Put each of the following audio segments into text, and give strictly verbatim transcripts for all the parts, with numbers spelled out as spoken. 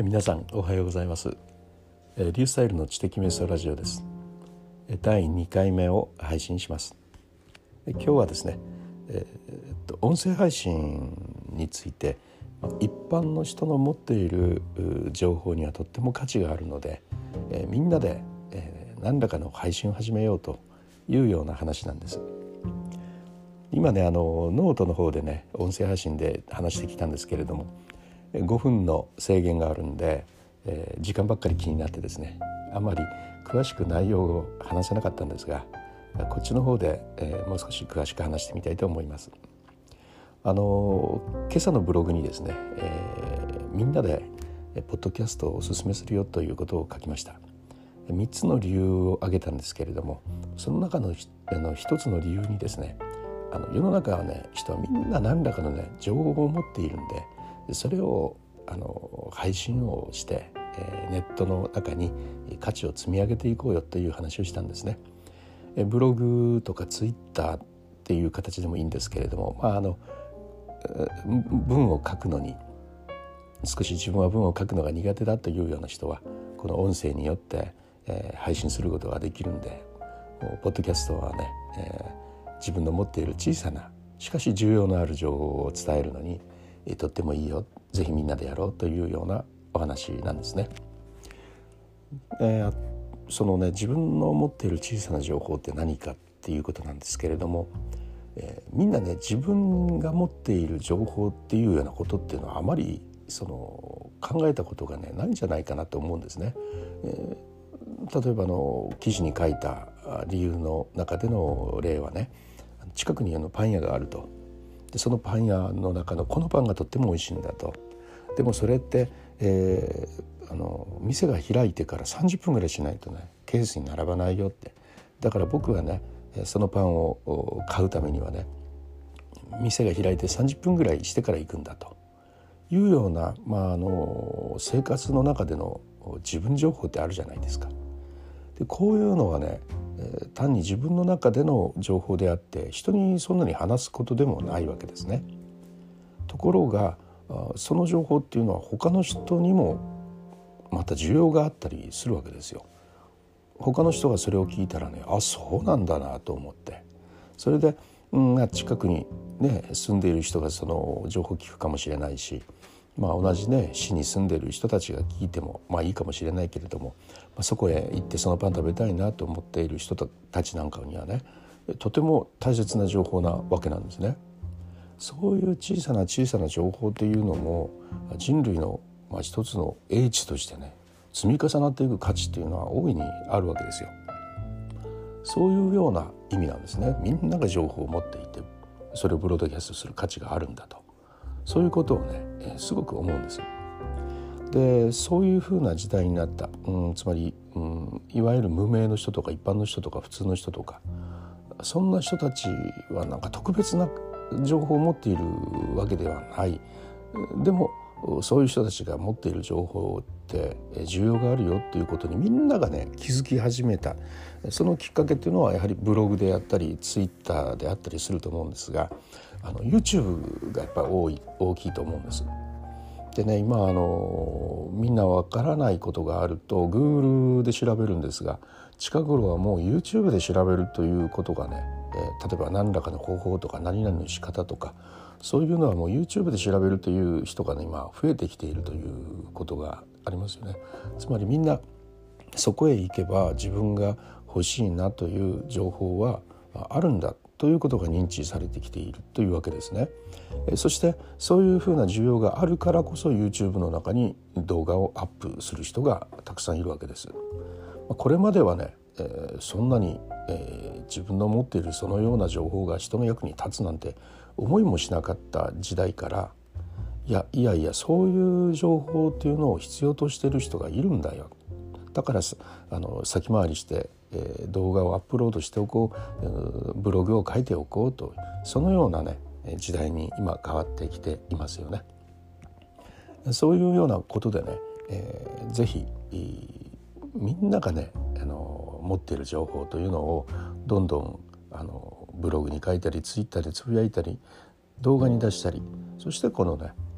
皆さんおはようございます。リュースタイルの知的瞑想ラジオです。だいにかいめを配信します。今日はですね、えー、っと音声配信について一般の人の持っている情報にはとっても価値があるので、えー、みんなで、えー、何らかの配信を始めようというような話なんです。今ねあのノートの方でね音声配信で話してきたんですけれども、ごふんの制限があるんで、えー、時間ばっかり気になってですねあまり詳しく内容を話せなかったんですが、こっちの方で、えー、もう少し詳しく話してみたいと思います。あの今朝のブログにですね、えー、みんなでポッドキャストをおすすめするよということを書きました。みっつの理由を挙げたんですけれども、その中のあのひとつの理由にですね、あの世の中はね人はみんな何らかのね情報を持っているんで、それをあの配信をして、えー、ネットの中に価値を積み上げていこうよという話をしたんですね。えブログとかツイッターっていう形でもいいんですけれども、まあ、あの文を書くのに少し自分は文を書くのが苦手だというような人はこの音声によって、えー、配信することができるんで、ポッドキャストはね、えー、自分の持っている小さなしかし重要のある情報を伝えるのにとってもいいよ、ぜひみんなでやろうというようなお話なんですね。えー、そのね自分の持っている小さな情報って何かっていうことなんですけれども、えー、みんなね自分が持っている情報っていうようなことっていうのはあまりその考えたことがねないんじゃないかなと思うんですね。えー、例えばの記事に書いた理由の中での例はね、近くにあのパン屋があると。でそのパン屋の中のこのパンがとっても美味しいんだと。でもそれって、えー、あの店が開いてからさんじゅっぷんぐらいしないとねケースに並ばないよって。だから僕はねそのパンを買うためにはね店が開いてさんじゅっぷんぐらいしてから行くんだというような、まあ、あの生活の中での自分情報ってあるじゃないですか。でこういうのはね単に自分の中での情報であって人にそんなに話すことでもないわけですね。ところがその情報っていうのは他の人にもまた需要があったりするわけですよ。他の人がそれを聞いたらね、あ、そうなんだなと思って、それで、うん、近くにね住んでいる人がその情報を聞くかもしれないし、まあ、同じね市に住んでいる人たちが聞いてもまあいいかもしれないけれども、まあ、そこへ行ってそのパン食べたいなと思っている人たちなんかにはねとても大切な情報なわけなんですね。そういう小さな小さな情報というのも人類のまあ一つの英知としてね積み重なっていく価値というのは大いにあるわけですよ。そういうような意味なんですね。みんなが情報を持っていてそれをブロードキャストする価値があるんだと、そういうことをね、えー、すごく思うんです。でそういうふうな時代になった、うん、つまり、うん、いわゆる無名の人とか一般の人とか普通の人とか、そんな人たちはなんか特別な情報を持っているわけではない。でもそういう人たちが持っている情報って需要があるよっていうことにみんながね気づき始めた。そのきっかけっていうのはやはりブログであったりツイッターであったりすると思うんですが、あの YouTube がやっぱり多い大きいと思うんです。でね今あのみんなわからないことがあると Google で調べるんですが、近頃はもう YouTube で調べるということがね、えー、例えば何らかの方法とか何々の仕方とかそういうのはもう YouTube で調べるという人がね今増えてきているということがありますよね。つまりみんなそこへ行けば自分が欲しいなという情報はあるんだということが認知されてきているというわけですね。そしてそういうふうな需要があるからこそ YouTube の中に動画をアップする人がたくさんいるわけです。これまではね、えー、そんなに、えー、自分の持っているそのような情報が人の役に立つなんて思いもしなかった時代から、いやいやいやそういう情報っていうのを必要としている人がいるんだよ。だからあの先回りして、えー、動画をアップロードしておこう、ブログを書いておこうと、そのようなね時代に今変わってきていますよね。そういうようなことでね、えー、ぜひみんながねあの持っている情報というのをどんどんあのブログに書いたりツイッターでつぶやいたり動画に出したり、そしてこのね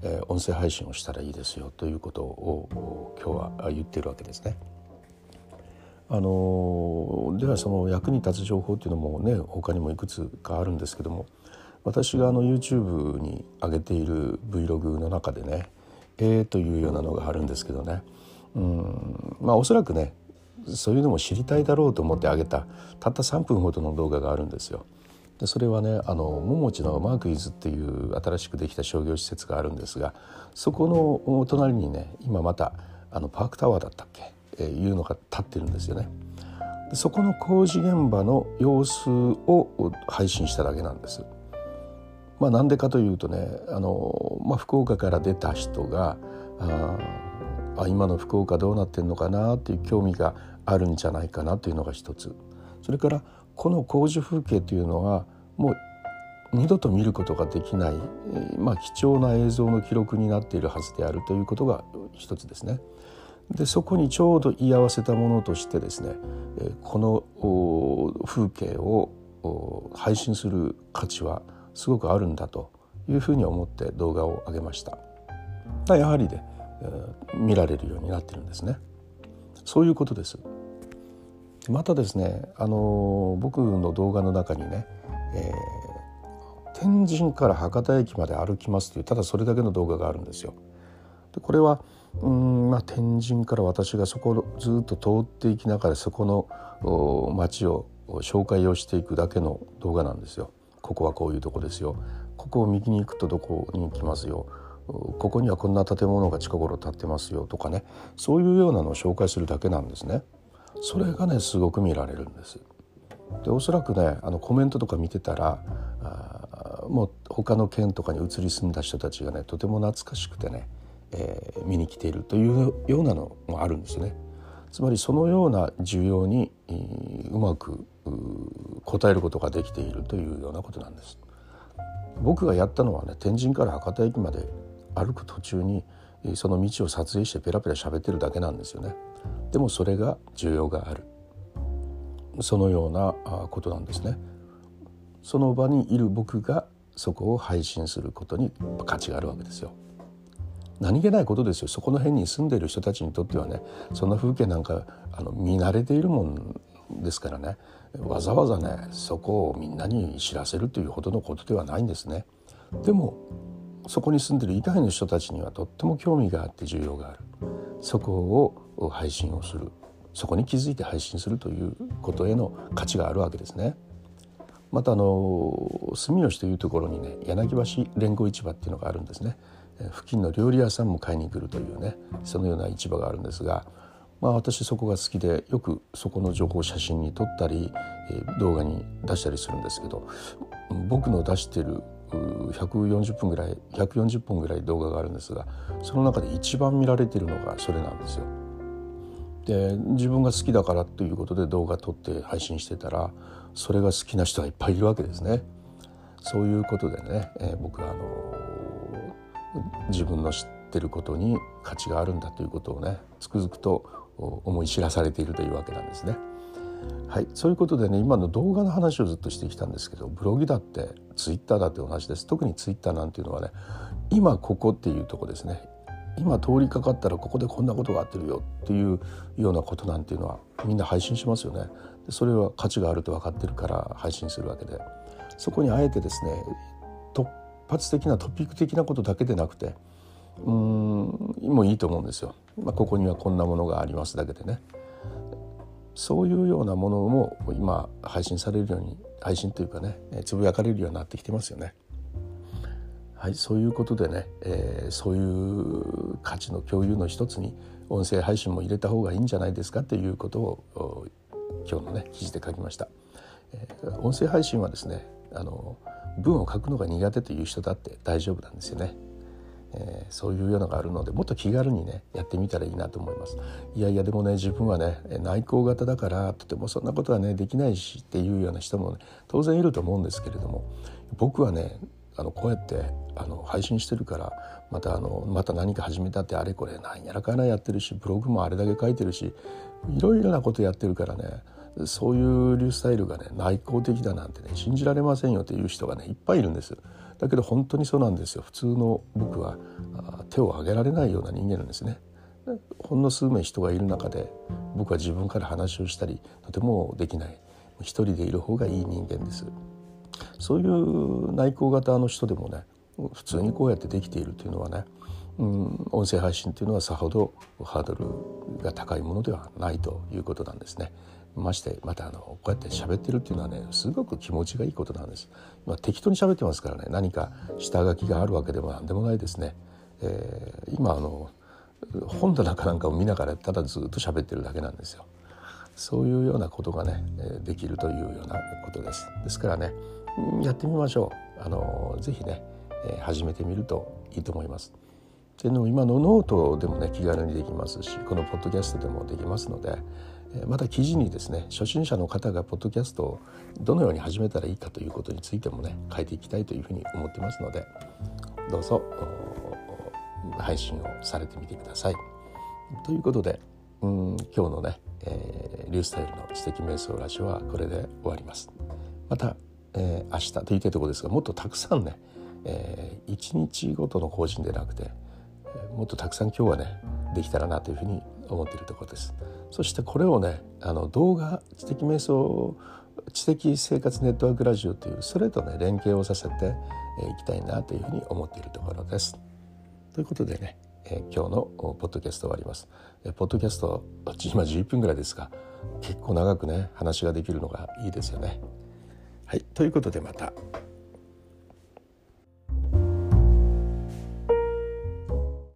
えー、音声配信をしたらいいですよということを今日は言っているわけですね。あのではその役に立つ情報っていうのもね他にもいくつかあるんですけども、私があの YouTube に上げている Vlog の中でね「えー」というようなのがあるんですけどね、うんまあおそらくねそういうのも知りたいだろうと思って上げたたったさんぷんほどの動画があるんですよ。でそれはねあの桃地のマークイズっていう新しくできた商業施設があるんですが、そこの隣にね今またあのパークタワーだったっけ、えー、いうのが建ってるんですよね。でそこの工事現場の様子を配信しただけなんです。まあなんでかというとねあの、まあ、福岡から出た人がああ今の福岡どうなってんのかなっていう興味があるんじゃないかなというのが一つ。それからこの工事風景というのはもう二度と見ることができない、えーまあ、貴重な映像の記録になっているはずであるということが一つですね。でそこにちょうど居合わせたものとしてですね、えー、この風景を配信する価値はすごくあるんだというふうに思って動画を上げました。やはりで、えー、見られるようになってるんですね。そういうことです。またですね、あの僕の動画の中にね、えー、天神から博多駅まで歩きますというただそれだけの動画があるんですよ。でこれはうん、まあ、天神から私がそこをずっと通っていきながらそこの街を紹介をしていくだけの動画なんですよ。ここはこういうとこですよ、ここを右に行くとどこに行きますよ、ここにはこんな建物が近頃建ってますよとかね、そういうようなのを紹介するだけなんですね。それがねすごく見られるんです。でおそらくねあのコメントとか見てたらあもう他の県とかに移り住んだ人たちがねとても懐かしくてね、えー、見に来ているというようなのもあるんですね。つまりそのような需要にうまく応えることができているというようなことなんです。僕がやったのはね天神から博多駅まで歩く途中にその道を撮影してペラペラ喋ってるだけなんですよね。でもそれが需要がある、そのようなことなんですね。その場にいる僕がそこを配信することに価値があるわけですよ。何気ないことですよ。そこの辺に住んでいる人たちにとってはねそんな風景なんかあの見慣れているもんですからね、わざわざねそこをみんなに知らせるというほどのことではないんですね。でもそこに住んでいる以外の人たちにはとっても興味があって需要がある、そこを配信をする、そこに気づいて配信するということへの価値があるわけですね。またあの住吉というところにね柳橋連合市場っていうのがあるんですね。付近の料理屋さんも買いに来るというねそのような市場があるんですが、まあ、私そこが好きでよくそこの情報を写真に撮ったり動画に出したりするんですけど、僕の出しているひゃくよんじゅっぷんぐらいひゃくよんじゅっぽんぐらい動画があるんですが、その中で一番見られているのがそれなんですよ。で自分が好きだからということで動画撮って配信してたらそれが好きな人がいっぱいいるわけですね。そういうことでね、えー、僕はあの自分の知ってることに価値があるんだということをねつくづくと思い知らされているというわけなんですね。はい、そういうことでね今の動画の話をずっとしてきたんですけど、ブログだってツイッターだって同じです。特にツイッターなんていうのはね今ここっていうとこですね、今通りかかったらここでこんなことがあってるよっていうようなことなんていうのはみんな配信しますよね。でそれは価値があると分かってるから配信するわけで、そこにあえてですね突発的なトピック的なことだけでなくてうーんもういいと思うんですよ。まあ、ここにはこんなものがありますだけでね、そういうようなものも今配信されるように配信というかねつぶやかれるようになってきてますよね。はい、そういうことでね、えー、そういう価値の共有の一つに音声配信も入れた方がいいんじゃないですかということを今日のね記事で書きました。えー、音声配信はですねあの文を書くのが苦手という人だって大丈夫なんですよね。えー、そういうようなのがあるのでもっと気軽にねやってみたらいいなと思います。いやいやでもね自分はね内向型だからとてもそんなことはねできないしっていうような人も、ね、当然いると思うんですけれども、僕はねあのこうやってあの配信してるからまたあのまた何か始めたってあれこれ何やらかなやってるしブログもあれだけ書いてるしいろいろなことやってるからねそういうリュースタイルがね内向的だなんてね信じられませんよっていう人がねいっぱいいるんです。だけど本当にそうなんですよ。普通の僕は手を挙げられないような人間なんですね。ほんの数名人がいる中で僕は自分から話をしたりとてもできない、一人でいる方がいい人間です。そういう内向型の人でもね普通にこうやってできているというのはね、うん、音声配信というのはさほどハードルが高いものではないということなんですね。ましてまたあのこうやって喋ってるっていうのはねすごく気持ちがいいことなんです。まあ、適当に喋ってますからね、何か下書きがあるわけでもなんでもないですね。えー、今あの本棚かなんかを見ながらただずっと喋ってるだけなんですよ。そういうようなことがねできるというようなことです。ですからねやってみましょう。あのぜひね始めてみるといいと思います。でも今のノートでもね気軽にできますし、このポッドキャストでもできますので、また記事にですね初心者の方がポッドキャストをどのように始めたらいいかということについてもね書いていきたいというふうに思ってますので、どうぞ配信をされてみてください。ということで、うん、今日のね、えー、リュースタイルの知的瞑想ラジオはこれで終わります。また、えー、明日と言いたいところですが、もっとたくさんね、えー、いちにちごとの更新でなくて、えー、もっとたくさん今日はねできたらなというふうに思っているところです。そしてこれをねあの動画知的瞑想知的生活ネットワークラジオというそれとね連携をさせてい、えー、きたいなというふうに思っているところです。ということでね、えー、今日のポッドキャスト終わります。えー、ポッドキャスト今じゅっぷんぐらいですが、結構長くね話ができるのがいいですよね。はい、ということでまた。